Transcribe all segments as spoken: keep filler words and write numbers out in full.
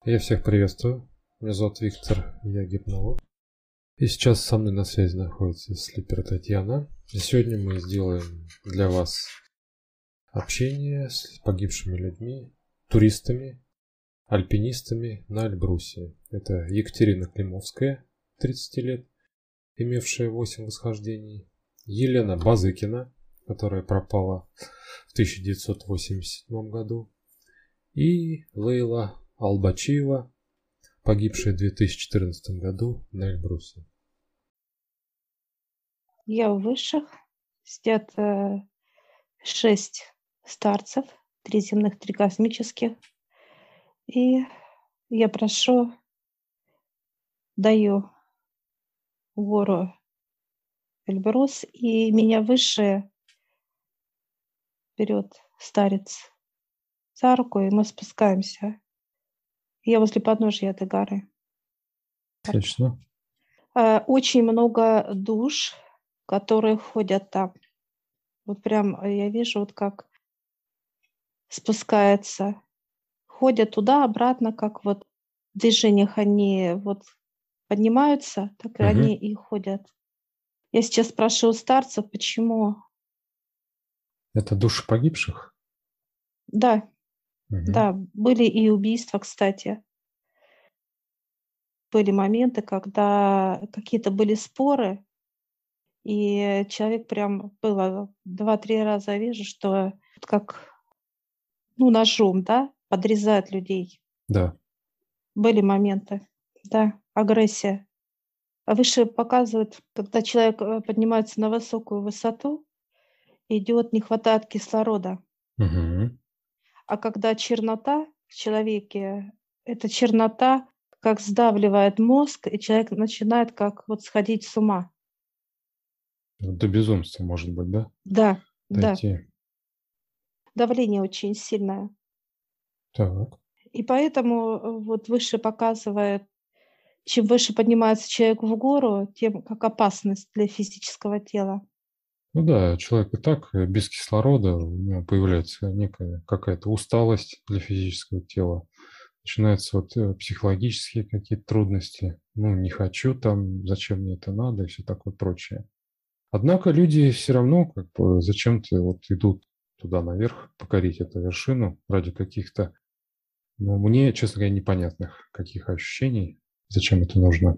Я всех приветствую. Меня зовут Виктор, я гипнолог. И сейчас со мной на связи находится Слипер Татьяна. И сегодня мы сделаем для вас общение с погибшими людьми, туристами, альпинистами на Эльбрусе. Это Екатерина Климовская, тридцать лет, имевшая восемь восхождений. Елена Базыкина, которая пропала в тысяча девятьсот восемьдесят седьмом году. И Лейла Албачиева, погибшая в две тысячи четырнадцатом году на Эльбрусе. Я у высших. Сидят э, шесть старцев, три земных, три космических. И я прошу, даю гору Эльбрус, и меня высшие берет старец за руку, и мы спускаемся. Я возле подножия этой горы. Отлично. Э, Очень много душ, которые ходят там. Вот прям я вижу, вот как спускается, ходят туда-обратно, как вот в движениях они вот поднимаются, так и Угу. они и ходят. Я сейчас спрашиваю у старцев, почему. Это души погибших? Да, Угу. да, были и убийства, кстати. Были моменты, когда какие-то были споры, и человек прям было два-три раза вижу, что как ну, ножом, да, подрезают людей. Да. Были моменты, да, агрессия. А выше показывают, когда человек э, поднимается на высокую высоту, идет, не хватает кислорода. Угу. А когда чернота в человеке, эта чернота как сдавливает мозг, и человек начинает как вот сходить с ума. До безумства, может быть, да? Да, да. Дойти. Давление очень сильное. Так. И поэтому э, вот выше показывает, чем выше поднимается человек в гору, тем как опасность для физического тела. Ну да, человек и так э, без кислорода, у него появляется некая какая-то усталость для физического тела. Начинаются вот э, психологические какие-то трудности. Ну, не хочу там, зачем мне это надо и все такое прочее. Однако люди все равно как бы зачем-то вот идут туда наверх, покорить эту вершину ради каких-то, ну, мне, честно говоря, непонятных каких ощущений, зачем это нужно.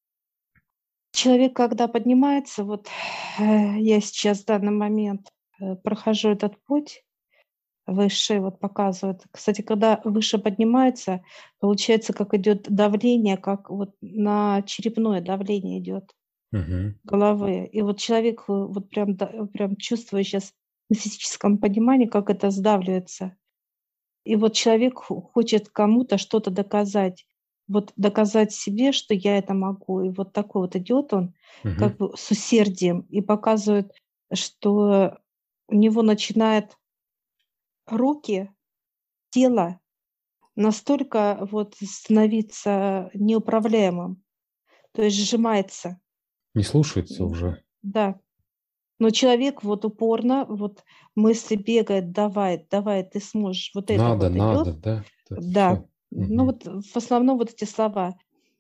Человек, когда поднимается, вот э, я сейчас в данный момент э, прохожу этот путь, выше вот показывает. Кстати, когда выше поднимается, получается, как идет давление, как вот на черепное давление идет Угу. головы. И вот человек э, вот прям, да- прям чувствую сейчас на физическом понимании, как это сдавливается. И вот человек хо- хочет кому-то что-то доказать. Вот доказать себе, что я это могу. И вот такой вот идет он, Угу. как бы с усердием, и показывает, что у него начинает руки, тело настолько вот становиться неуправляемым, то есть сжимается. Не слушается М, уже. Да. Но человек вот упорно, вот мысли бегает, давай, давай, ты сможешь. Вот это Надо, вот идет. надо, да, вот это Да. все. Ну вот в основном вот эти слова.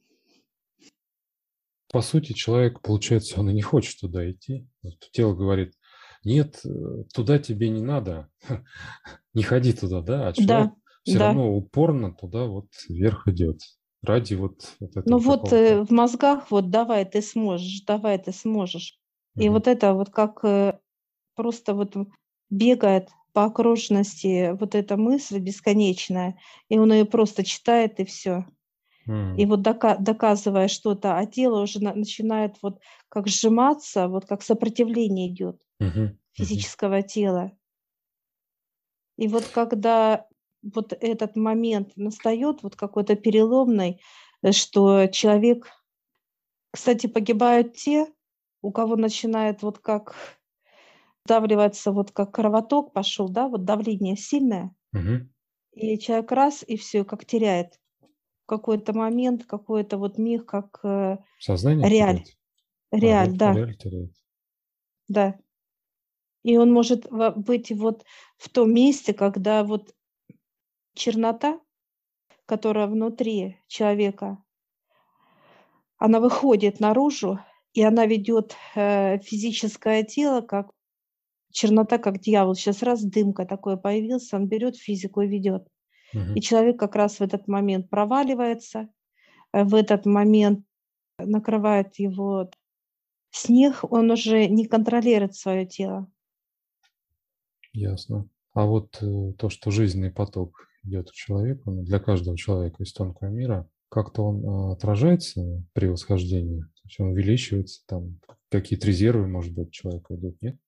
По сути, человек, получается, он и не хочет туда идти. Вот тело говорит, нет, э, туда тебе не надо, не ходи туда, да, а человек Да, все да. равно упорно туда вот вверх идет ради вот, вот Ну этого вот э, какого-то. в мозгах вот давай, ты сможешь, давай, ты сможешь. И Мгм. вот это вот как э, просто вот бегает по окружности вот эта мысль бесконечная, и он ее просто читает, и все. И М. вот дока доказывая что-то, а тело уже на начинает вот как сжиматься, вот как сопротивление идет Мгм. Мгм. физического тела. И вот когда вот этот момент настает, вот какой-то переломный, э, что человек, кстати, погибают те, у кого начинает вот как сдавливаться, вот как кровоток пошел, да, вот давление сильное, Мгм. и человек раз, и все, как теряет какой-то момент, какой-то вот миг, как э, Сознание реаль, теряет, а реаль, ре- да, реаль теряет. да. И он может во быть вот в том месте, когда вот чернота, которая внутри человека, она выходит наружу, и она ведет э, физическое тело, как чернота, как дьявол. Сейчас раз дымка такое появился, он берет физику и ведет. И Мгм. человек как раз в этот момент проваливается, э, в этот момент накрывает его снег, он уже не контролирует свое тело. Ясно. А вот э, то, что жизненный поток идет у человека, ну, для каждого человека из тонкого мира, как-то он а, отражается при восхождении? То есть он увеличивается, там какие-то резервы, может быть, у человека идут, нет?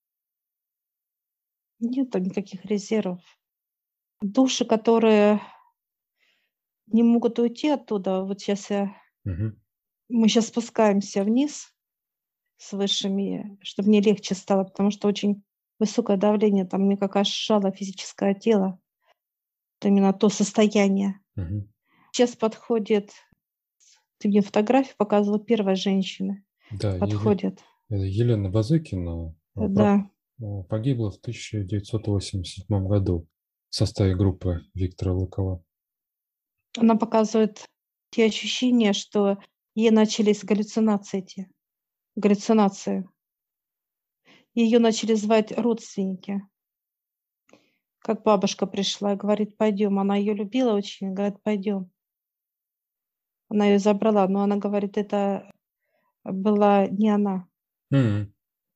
Нет никаких резервов. Души, которые не могут уйти оттуда, вот сейчас я, Мгм. мы сейчас спускаемся вниз с высшими, чтобы мне легче стало, потому что очень высокое давление, там мне как аж сжало физическое тело. Это именно то состояние. Мгм. Сейчас подходит, ты мне фотографию показывала, первая женщина Да, Еле- подходит. э, Елена Базыкина а, Да, проп- а, погибла в тысяча девятьсот восемьдесят седьмом году в составе группы Виктора Лыкова. она показывает те ощущения, что ей начались галлюцинации эти, галлюцинации. Ее начали звать родственники. Как бабушка пришла и говорит: "Пойдем". Она ее любила очень, говорит: "Пойдем". Она ее забрала, но она говорит, это была не она. М,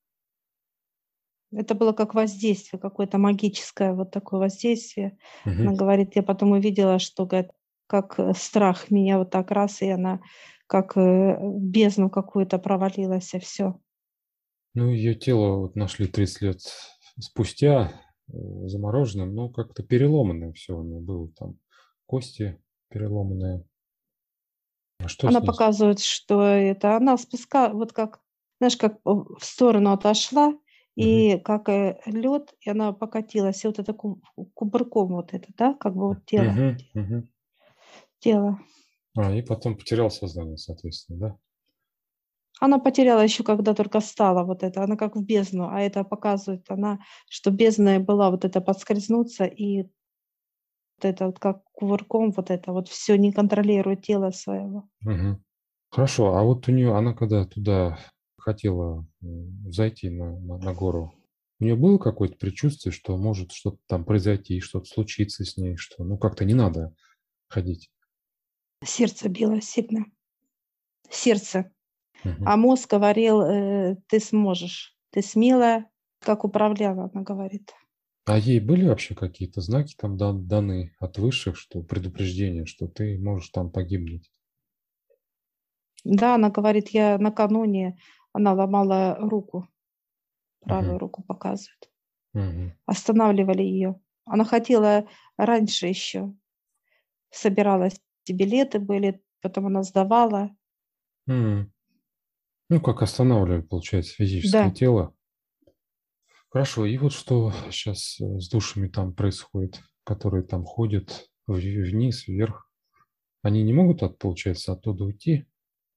Это было как воздействие какое-то магическое, вот такое воздействие. мгм. Она говорит, я потом увидела, что, говорит, как э, страх меня вот так раз, и она как э, в бездну какую-то провалилась, и все. Ну, ее тело вот нашли тридцать лет спустя, э, замороженным, но как-то переломанное все у нее было там. Кости переломанные. А что Она с ней? показывает, что это она спуска, вот как, знаешь, как в сторону отошла, Мгм. и как лед, и она покатилась, и вот это ку- кувырком вот это, да, как бы вот тело, Мгм. Мгм. тело. А, и потом потерял сознание, соответственно, да? Она потеряла еще, когда только стала вот это, она как в бездну, а это показывает она, что бездна была вот это подскользнуться, и вот это вот как кувырком вот это вот все не контролирует тело своего. Мгм. Хорошо, а вот у нее, она когда туда хотела м, зайти на, на, на гору, у нее было какое-то предчувствие, что может что-то там произойти, что-то случится с ней, что ну как-то не надо ходить. Сердце било сильно, сердце. Мгм. А мозг говорил, э, ты сможешь, ты смелая, как управляла, она говорит. А ей были вообще какие-то знаки там дан- даны от высших, что предупреждение, что ты можешь там погибнуть? Да, она говорит, я накануне, она ломала руку, Мгм. правую руку показывает. Мгм. Останавливали ее. Она хотела раньше еще, собиралась, эти билеты были, потом она сдавала. М. Ну, как останавливали, получается, физическое Да, тело. Хорошо, и вот что сейчас с душами там происходит, которые там ходят в- вниз, вверх. Они не могут, от, получается, оттуда уйти?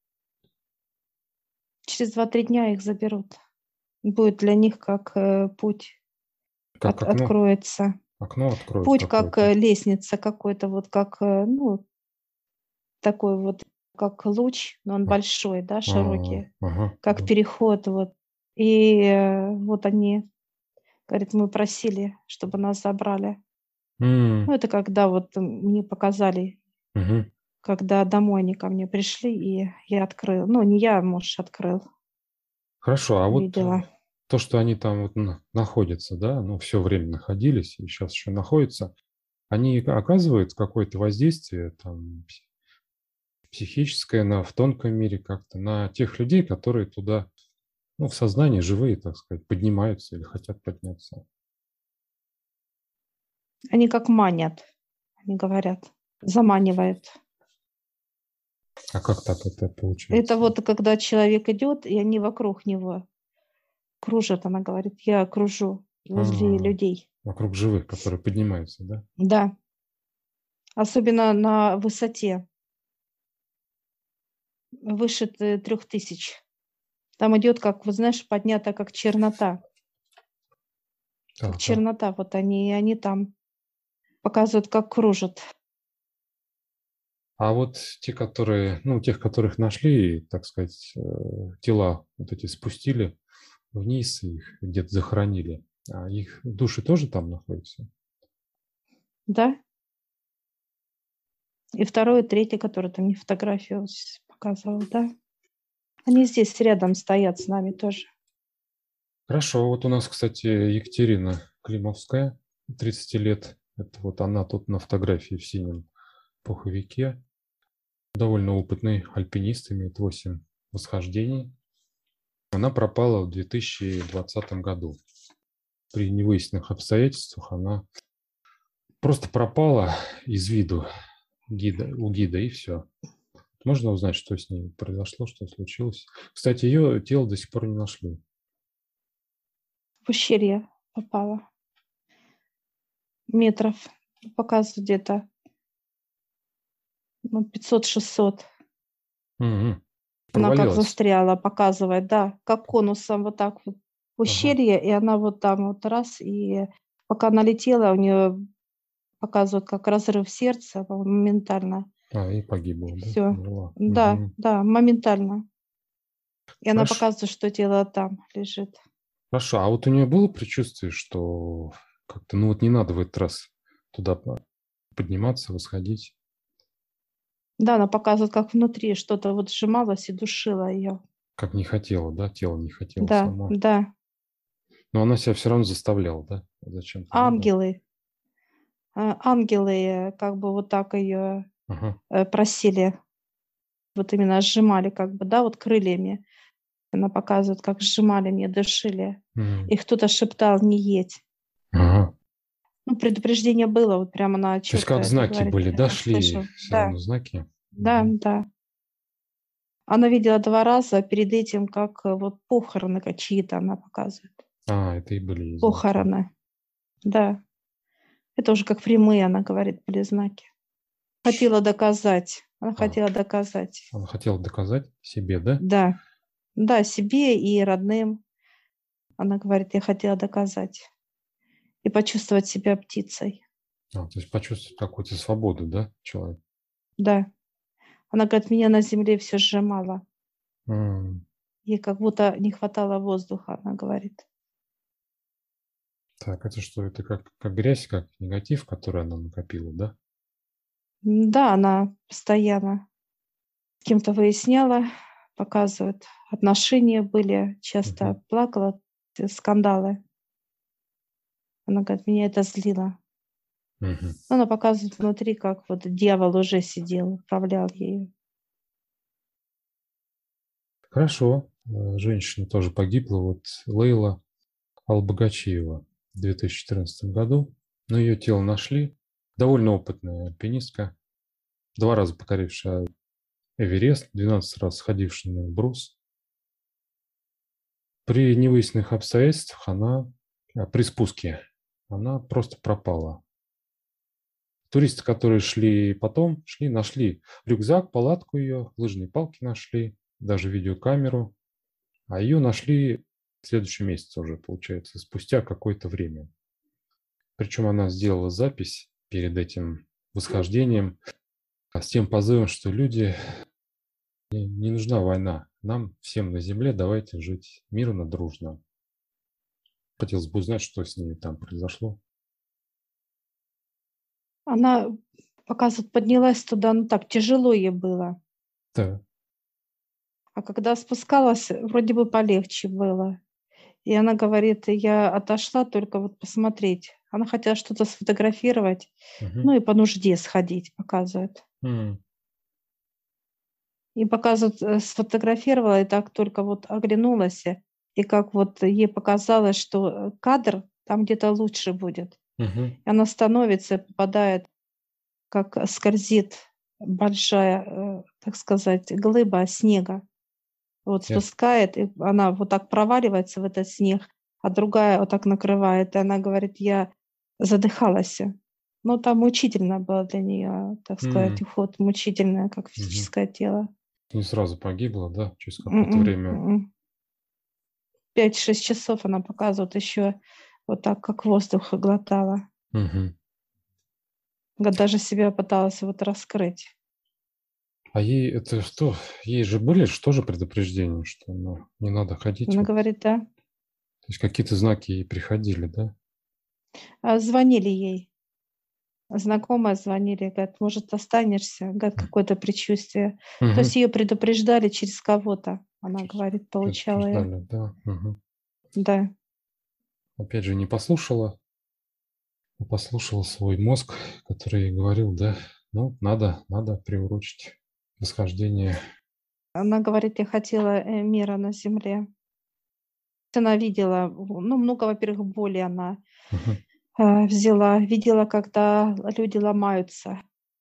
через два-три дня их заберут. Будет для них как э, путь Как от, окно, откроется. окно откроют Путь как какое-то. э, лестница какой-то, вот как, э, ну, такой вот, как луч, но он А, большой, да, а, широкий, ага, как да. переход, вот. И э, вот они, говорит, мы просили, чтобы нас забрали. М, Ну, это когда вот мне показали, мгм. когда домой они ко мне пришли, и я открыл. Ну, не я, муж открыл, Хорошо, а вот э, видела. то, что они там вот на- находятся, да, ну, все время находились и сейчас еще находятся, они оказывают какое-то воздействие там пс- психическое на, в тонком мире как-то на тех людей, которые туда, ну, в сознании живые, так сказать, поднимаются или хотят подняться. Они как манят, они говорят, заманивают. А как так это Это получается? вот когда человек идет, и они вокруг него кружат, она говорит, я кружу возле А, людей. вокруг живых, которые поднимаются, да? Да, особенно на высоте, выше т- трех тысяч. Там идет, как, вот знаешь, поднято, как чернота. Как Ага. чернота, вот они, они там показывают, как кружат. А вот те, которые, ну, тех, которых нашли, так сказать, э, тела вот эти спустили вниз, и их где-то захоронили, а их души тоже там находятся? Да. И второй, и третий, который ты мне фотографию вот щас показывал, да. Они здесь рядом стоят с нами тоже. Хорошо. Вот у нас, кстати, Екатерина Климовская, тридцать лет. Это вот она тут на фотографии в синем пуховике. Довольно опытный альпинист, имеет восемь восхождений. Она пропала в две тысячи двадцатом году. При невыясненных обстоятельствах она просто пропала из виду гида, у гида, и все. Можно узнать, что с ней произошло, что случилось? Кстати, ее тело до сих пор не нашли. В ущелье попала. Метров, показывает где-то ну, пятьсот-шестьсот. Мгм. Она как Провалилась. застряла, показывает, да, как конусом вот так вот Ага. ущелье, и она вот там вот раз, и пока она летела, у нее показывают как разрыв сердца, по-моему, моментально. А, и И погибла, да? всё. Умерла. Да, Мгм. да, моментально. И она Хорошо. показывает, что тело там лежит. Хорошо. А вот у нее было предчувствие, что как-то, ну вот не надо в этот раз туда по- подниматься, восходить? Да, она показывает, как внутри что-то вот сжималось и душило ее. Как не хотела, да? Тело не хотело Да, само. да. Но она себя все равно заставляла, да? Зачем-то надо. Ангелы, а, ангелы, э, как бы вот так ее, Ага. э, просили, вот именно сжимали как бы, да, вот крыльями. Она показывает, как сжимали, не душили. М. И кто-то шептал: "Не едь". Ага. Ну, предупреждение было, вот прям она То есть четко как это знаки говорит, были, да? э, Шли слышала. все Да, равно знаки. да, Мгм. да. Она видела два раза перед этим, как, э, вот похороны как чьи-то она показывает. А, это и были и знаки. Похороны, да. Это уже как прямые, она говорит, были знаки. Хотела доказать, она А, хотела доказать. она хотела доказать себе, да? Да, да, себе и родным. Она говорит: "Я хотела доказать и почувствовать себя птицей". А, то есть почувствовать какую-то свободу, да, человек? Да. Она говорит: "Меня на земле все сжимало". М. Ей как будто не хватало воздуха, она говорит. Так, это что? Это как, как грязь, как негатив, который она накопила, да? М-да, она постоянно с кем-то выясняла, показывает. Отношения были, Мгм. часто плакала, т скандалы. Она говорит: "Меня это злило". Мгм. Она показывает внутри, как вот дьявол уже сидел, управлял ею. Хорошо. Э, Женщина тоже погибла. Вот Лейла Албогачиева в две тысячи четырнадцатом году. Но ее тело нашли. Довольно опытная альпинистка, два раза покорившая Эверест, двенадцать раз сходившая на Эльбрус. При невыясненных обстоятельствах она, а, при спуске, она просто пропала. Туристы, которые шли потом, шли, нашли рюкзак, палатку ее, лыжные палки нашли, даже видеокамеру. А ее нашли в следующем месяце уже, получается, спустя какое-то время. Причем она сделала запись перед этим восхождением а, с тем позывом, что люди, не, не нужна война. Нам всем на земле давайте жить мирно, дружно. Хотелось бы узнать, что с ними там произошло. Она, показывает, поднялась туда, ну так, тяжело ей было. Да. А когда спускалась, вроде бы полегче было. И она говорит: "Я отошла только вот посмотреть". Она хотела что-то сфотографировать, Мгм. ну и по нужде сходить, показывает. М. И показывает, э, сфотографировала, и так только вот оглянулась, э, и как вот ей показалось, что, э, кадр там где-то лучше будет. Мгм. И она становится и попадает, как скользит большая, э, так сказать, глыба снега. Вот Ясно. спускает, и она вот так проваливается в этот снег, а другая вот так накрывает. И она говорит: "Я задыхалась". Ну, там мучительно было для нее, так сказать, М. уход, мучительное, как Мгм. физическое тело. Не сразу погибла, да, через какое-то М-м, время. м. пять-шесть часов она показывает еще вот так, как воздух глотала. Мгм. Га даже себя пыталась вот раскрыть. А ей это что? Ей же были что же предупреждения, что ну, не надо ходить? Она Вот. говорит, да. То есть какие-то знаки ей приходили, да? А, Звонили ей, знакомые звонили, говорят, может, останешься, говорят, какое-то предчувствие. То Угу. есть ее предупреждали через кого-то, она говорит, получала я. Предупреждали, да. Мгм. Да. Опять же, не послушала, а послушала свой мозг, который ей говорил, да, ну, надо, надо приурочить восхождение. Она говорит, я хотела э, мира на земле. Она видела, в- ну, много, во-первых, боли она Мгм. э, взяла, видела, когда люди ломаются.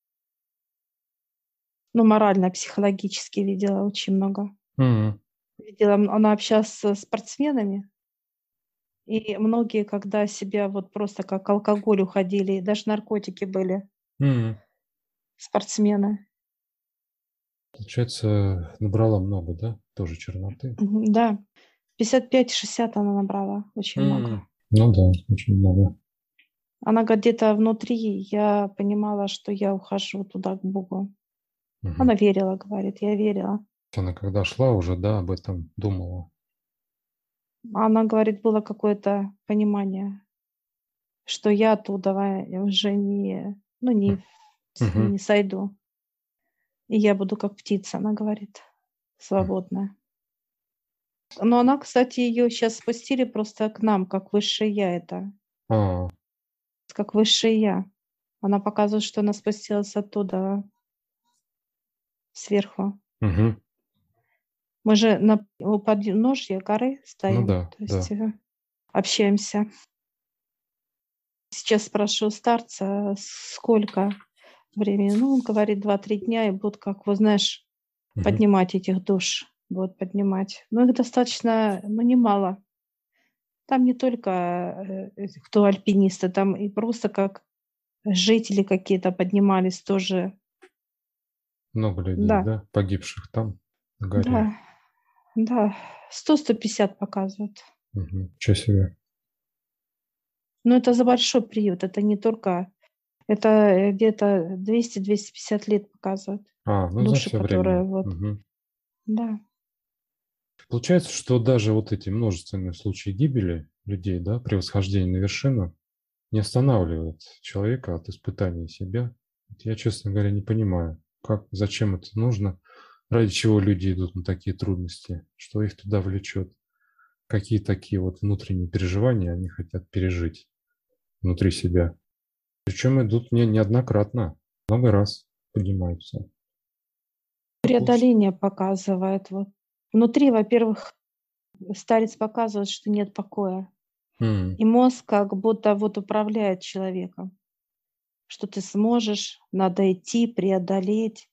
Ну, морально, психологически видела очень много. Мгм. Видела, м, она общалась со спортсменами, и многие, когда себя вот просто как к алкоголю уходили, даже наркотики были, Мгм. спортсмены. Получается, набрала много, да, тоже черноты. Мгм, да, пятьдесят пять шестьдесят она набрала, очень много. М. Ну да, очень много. Она говорит, где-то внутри я понимала, что я ухожу туда, к Богу. Мгм. Она верила, говорит, я верила. Она когда шла уже, да, об этом думала. Она говорит, было какое-то понимание, что я оттуда ва- уже не, ну, не, М. в- Мгм. не сойду. И я буду как птица, она говорит, М. свободная. Но она, кстати, ее сейчас спустили просто к нам, как высшее я это, А, как высшее я. Она показывает, что она спустилась оттуда, сверху. мгм. Мы же на у подножья горы Ну стоим, да, то есть да. э, общаемся. Сейчас спрашиваю старца, сколько времени. Ну, он говорит, два-три дня, и будут, как вы знаешь, Мгм. поднимать этих душ. Будут поднимать. Но их достаточно, ну, немало. Там не только э, эти, кто альпинисты, там и просто как жители какие-то поднимались тоже. Много людей, Да, да, погибших там, на горе. да, да. Сто-сто пятьдесят показывают. Мгм. Ничего себе. Но это за большой приют. Это не только. Это э, где-то двести-двести пятьдесят лет показывают. А, ну за Души, все которые время. вот. Мгм. Да. Получается, что даже вот эти множественные случаи гибели людей, да, при восхождении на вершину не останавливают человека от испытания себя. Вот я, честно говоря, не понимаю, как, зачем это нужно, ради чего люди идут на такие трудности, что их туда влечет, какие такие вот внутренние переживания они хотят пережить внутри себя. Причем идут не неоднократно, много раз поднимаются. Ну, получ- Преодоление показывает. Вот. Внутри, во-первых, старец показывает, что нет покоя. М, И мозг как будто вот управляет человеком, что ты сможешь, надо идти, преодолеть,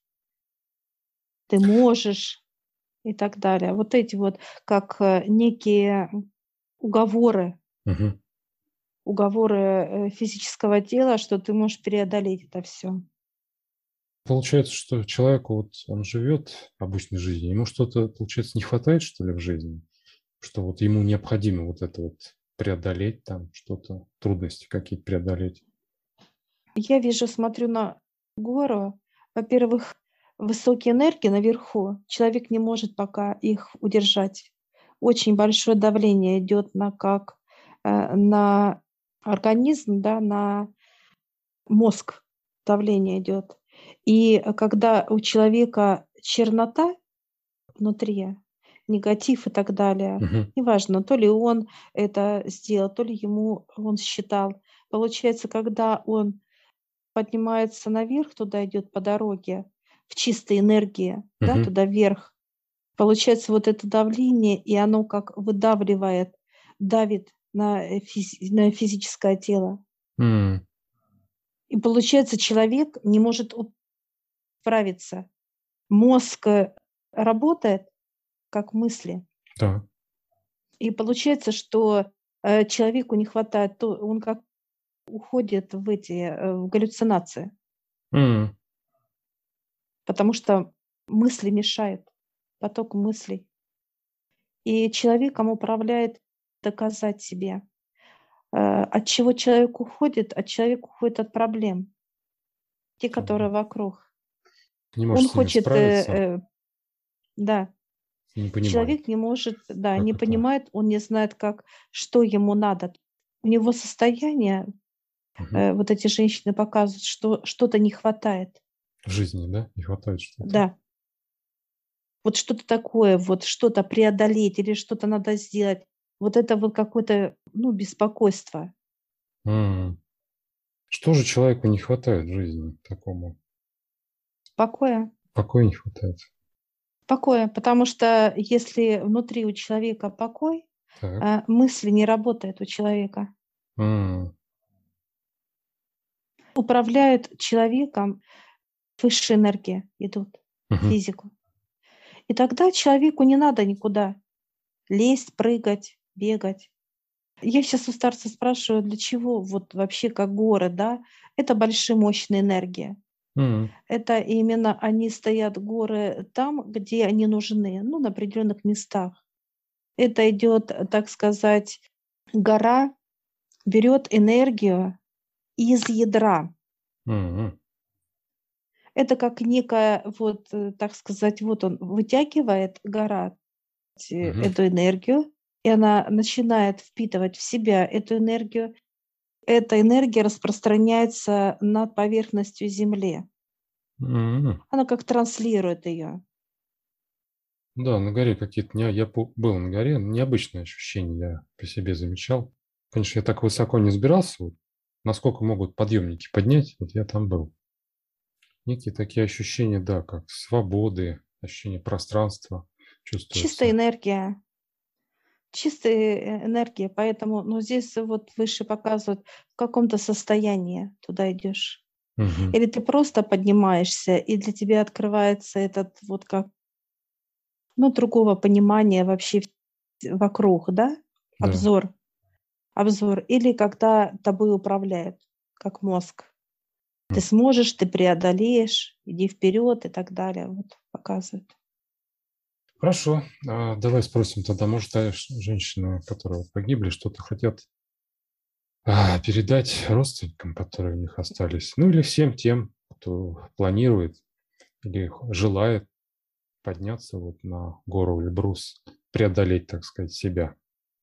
ты можешь и так далее. Вот эти вот как э, некие уговоры, мгм. уговоры э, физического тела, что ты можешь преодолеть это все. Получается, что человеку вот он живет обычной жизнью, ему что-то, получается, не хватает, что ли, в жизни? Что вот ему необходимо вот это вот преодолеть там что-то, трудности какие-то преодолеть. Я вижу, смотрю на гору. Во-первых, высокие энергии наверху. Человек не может пока их удержать. Очень большое давление идет на как э, на организм, да, на мозг давление идет. И э, когда у человека чернота внутри, негатив и так далее, Мгм. неважно, то ли он это сделал, то ли ему он считал. Получается, когда он поднимается наверх, туда идет по дороге, в чистой энергии, да, Мгм. туда вверх. Получается, вот это давление, и оно как выдавливает, давит на, э, физи на физическое тело. М, И получается, человек не может справиться. Мозг, э, работает как мысли. да. И получается, что, э, человеку не хватает, то он как уходит в эти, э, в галлюцинации, М, потому что мысли мешают, поток мыслей. И человеком управляет доказать себе. Э, от чего человек уходит? От человека уходит от проблем, те, которые Понятно. вокруг. Не может Он с ними хочет, справиться, э, э, да, не понимает, человек не может, да, не как это. понимает, он не знает, как, что ему надо. У него состояние, Мгм. э, вот эти женщины показывают, что что-то не хватает. В жизни, да, не хватает что-то. Да, вот что-то такое, вот что-то преодолеть или что-то надо сделать. Вот это вот какое-то, ну, беспокойство. М. Что же человеку не хватает в жизни такому? Покоя. Покоя не хватает. Покоя, потому что если внутри у человека покой, Так. а, мысли не работают у человека. М. Управляют человеком высшие энергии, идут в Мгм. физику. И тогда человеку не надо никуда лезть, прыгать, бегать. Я сейчас у старца спрашиваю, для чего вот вообще как горы, да? Это большие мощные энергии. М. Это именно они стоят, горы, там, где они нужны, ну, на определенных местах. Это идет, э, так сказать, гора берет энергию из ядра. М. Это как некая, вот, э, так сказать, вот он вытягивает гора те Мгм. эту энергию, и она начинает впитывать в себя эту энергию. Эта энергия распространяется над поверхностью Земли. М. Она как транслирует ее. Да, на горе какие-то не я по был на горе, необычные ощущения я по себе замечал. Конечно, я так высоко не взбирался, вот насколько могут подъемники поднять, вот я там был. Некие такие ощущения, да, как свободы, ощущение пространства Чистая чувствуется. энергия, чистая э энергия, поэтому, ну, здесь вот выше показывают, в каком-то состоянии туда идешь. Мгм. Или ты просто поднимаешься, и для тебя открывается этот вот как, ну, другого понимания вообще в вокруг, да, Да. обзор обзор. Или когда тобой управляют, как мозг. Ты М. сможешь, ты преодолеешь, иди вперед и так далее. Вот показывают. Хорошо, а, давай спросим тогда, может, а, ш женщины, которые вот погибли, что-то хотят, а, передать родственникам, которые у них остались? Ну, или всем тем, кто планирует или х желает подняться вот на гору Эльбрус, преодолеть, так сказать, себя.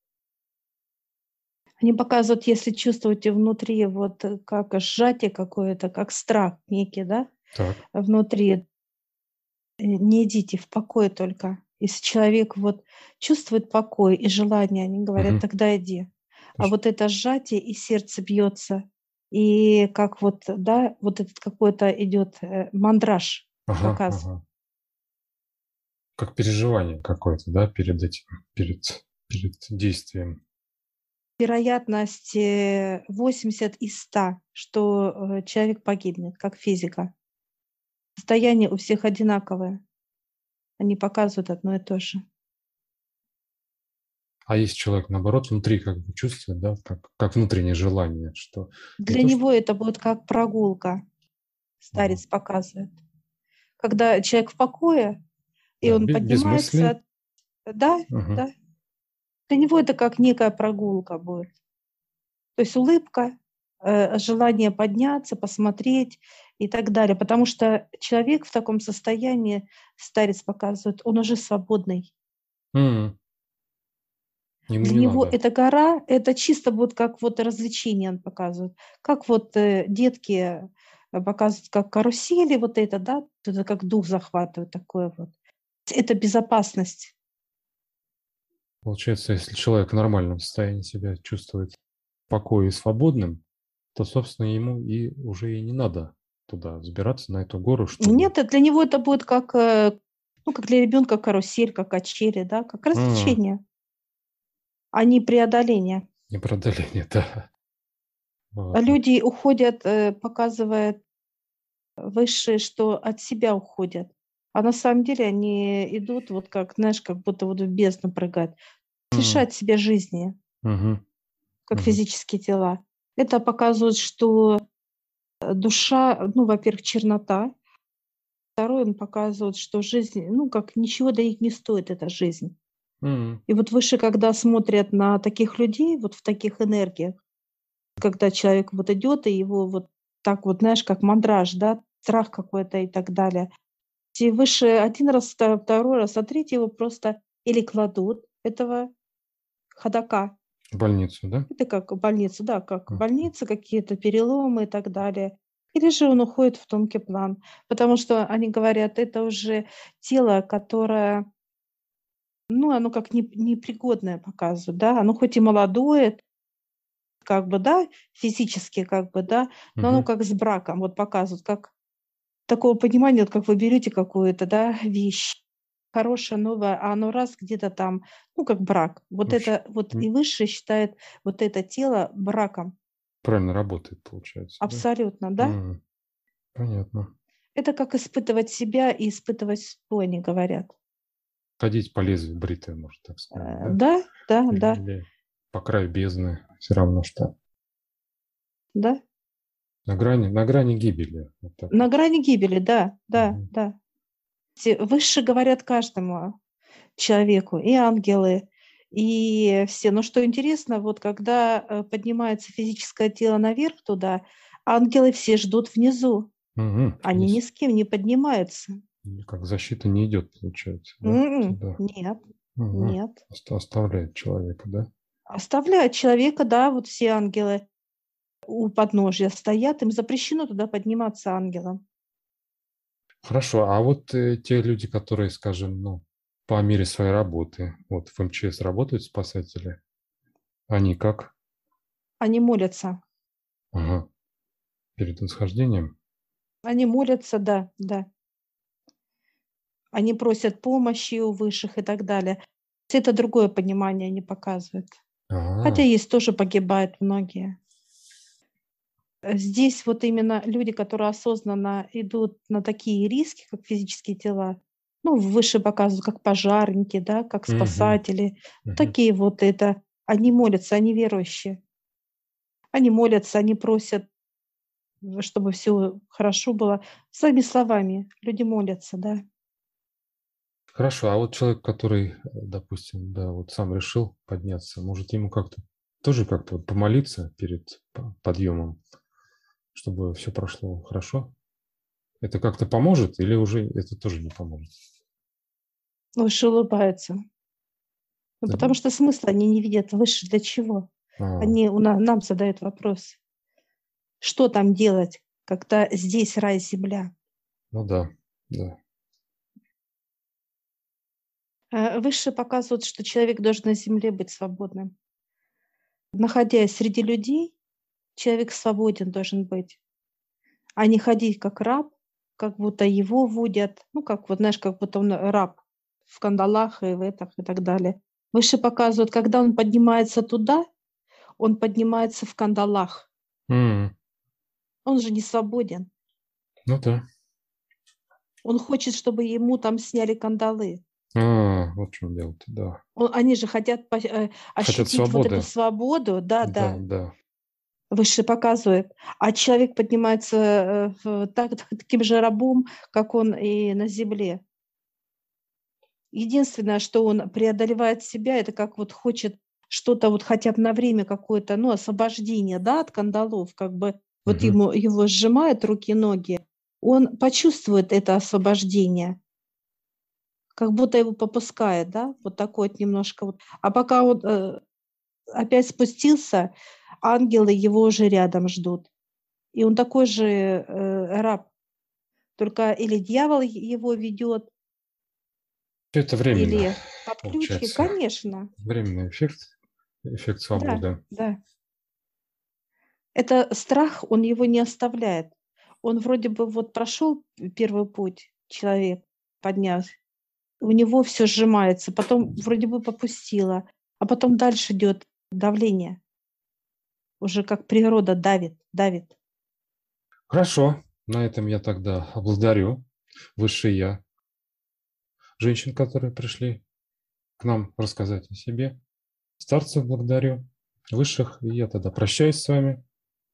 Они показывают, если чувствуете внутри вот, э, как сжатие какое-то, как страх некий, да, Так. внутри, э, не идите в покой только. Если человек вот чувствует покой и желание, они говорят: Мгм. "Тогда иди". То А есть вот это сжатие, и сердце бьется, и как вот, да, вот этот какой-то идет, э, мандраж ага, показ. ага. Как переживание какое-то, да, перед этим, перед перед действием. Вероятность, э, восемьдесят из ста, что, э, человек погибнет, как физика. Состояние у всех одинаковое. Они показывают одно и то же. А если человек, наоборот, внутри как бы чувствует, да, как как внутреннее желание, что не Для то, что него это будет как прогулка, ага, старец показывает. Когда человек в покое, и да, он без без мыслей. поднимается, да, Мгм. да, для него это как некая прогулка будет. То есть улыбка, э, желание подняться, посмотреть и так далее. Потому что человек в таком состоянии, старец показывает, он уже свободный. М. Ему Для не него надо. эта гора — это чисто вот как вот развлечение он показывает. Как вот, э, детки, э, показывают, как карусели, вот это, да, это как дух захватывает такое вот. Это безопасность. Получается, если человек в нормальном состоянии себя чувствует в покое и свободным, то, собственно, ему и уже и не надо туда взбираться, на эту гору, чтобы Нет, э, для него это будет как, э, ну, как для ребенка карусель, как качели, да, как М. развлечение, а не преодоление. Не преодоление, да. А Вот, вот. люди уходят, э, показывает высшие, что от себя уходят. А на самом деле они идут вот как, знаешь, как будто вот в бездну прыгать, М. лишать себя жизни, Мгм. как Мгм. физические тела. Это показывает, что, э, душа, ну, во-первых, чернота. Второе, он показывает, что жизнь, ну, как ничего для них не стоит эта жизнь. М. И вот выше, когда смотрят на таких людей, вот в таких энергиях, когда человек вот идет, и его вот так вот, знаешь, как мандраж, да, страх какой-то и так далее. И выше один раз, вта- второй раз, а третий его просто или кладут, этого ходока. В больницу, да? Это как в больницу, да, как М. больница, какие-то переломы и так далее. Или же он уходит в тонкий план, потому что они говорят, это уже тело, которое, ну, оно как не- непригодное показывает, да, оно хоть и молодое, как бы, да, физически, как бы, да, но оно Мгм. как с браком, вот показывают, как такого понимания, вот как вы берете какую-то, да, вещь, хорошая, новая, а оно раз где-то там, ну, как брак. Вот Вообще, это вот и м, высшее считает вот это тело браком. правильно работает, получается, да? Абсолютно, да. М, Понятно. Это как испытывать себя и испытывать что они говорят. Ходить по лезвию бритвы, можно так сказать, Э, да? да, да, Или, да, или по краю бездны, все равно что. да. На грани, на грани гибели. Вот так На вот. грани гибели, да, да, Мгм. да. Те Выше говорят каждому человеку, и ангелы, и все. Но что интересно, вот когда, э, поднимается физическое тело наверх туда, ангелы все ждут внизу. Мгм. Они ни Здесь с кем не поднимаются. как защита не идет, получается, да? М, Туда. нет, Мгм. нет. Оста- Оставляет человека, да? Оставляют человека, да, вот все ангелы у подножья стоят, им запрещено туда подниматься ангелам. Хорошо, а вот э, те люди, которые, скажем, ну, по мере своей работы, вот в эм че эс работают спасатели, они как? Они молятся. Ага. Перед восхождением? Они молятся, да, да. Они просят помощи у высших и так далее. Это другое понимание они показывают. Хотя Ага. есть тоже погибают многие. Э, здесь вот именно люди, которые осознанно идут на такие риски, как физические тела, ну, выше показывают, как пожарники, да, как Мгм. спасатели. Мгм. Такие вот это. Они молятся, они верующие. Они молятся, они просят, в чтобы все хорошо было. Своими словами люди молятся, да. Хорошо, а вот человек, который, э, допустим, да, вот сам решил подняться, может ему как-то тоже как-то вот помолиться перед по- подъемом, чтобы все прошло хорошо? Это как-то поможет или уже это тоже не поможет? Выше улыбаются. Ну, Да. потому что смысла они не видят выше для чего. А, Они у на нам задают вопрос: что там делать, когда здесь рай, земля? ну да, да. Э, выше показывают, что человек должен на земле быть свободным. Находясь среди людей, человек свободен должен быть, а не ходить как раб, как будто его водят, ну, как вот, знаешь, как будто он раб в кандалах и в этих и так далее. Выше показывают, когда он поднимается туда, он поднимается в кандалах. М, Он же не свободен. Ну да. Он хочет, чтобы ему там сняли кандалы. А, вот в чем дело-то, да. Он Они же хотят пощ э, Хотят ощутить вот эту свободы. свободу. Да, Да-да, да. выше показывает. А человек поднимается, э, в так таким же рабом, как он и на земле. Единственное, что он преодолевает себя, это как вот хочет что-то вот хотя бы на время какое-то, ну, освобождение, да, от кандалов, как бы вот Мгм. ему его сжимают руки-ноги, он почувствует это освобождение, как будто его попускает, да, вот такой вот немножко вот. А пока он, э, опять спустился, ангелы его уже рядом ждут. И он такой же, э, раб, только или дьявол его ведет, Всё это временно, или под ключ. И, получается. конечно, Временный эффект, эффект да, свободы. да. Это страх, он его не оставляет. Он вроде бы вот прошел первый путь, человек поднялся, у него все сжимается, потом вроде бы попустило, а потом дальше идет давление, уже как природа давит, давит. Хорошо, на этом я тогда благодарю высшее я, женщин, которые пришли к нам рассказать о себе. Старцев благодарю, высших, и я тогда прощаюсь с вами.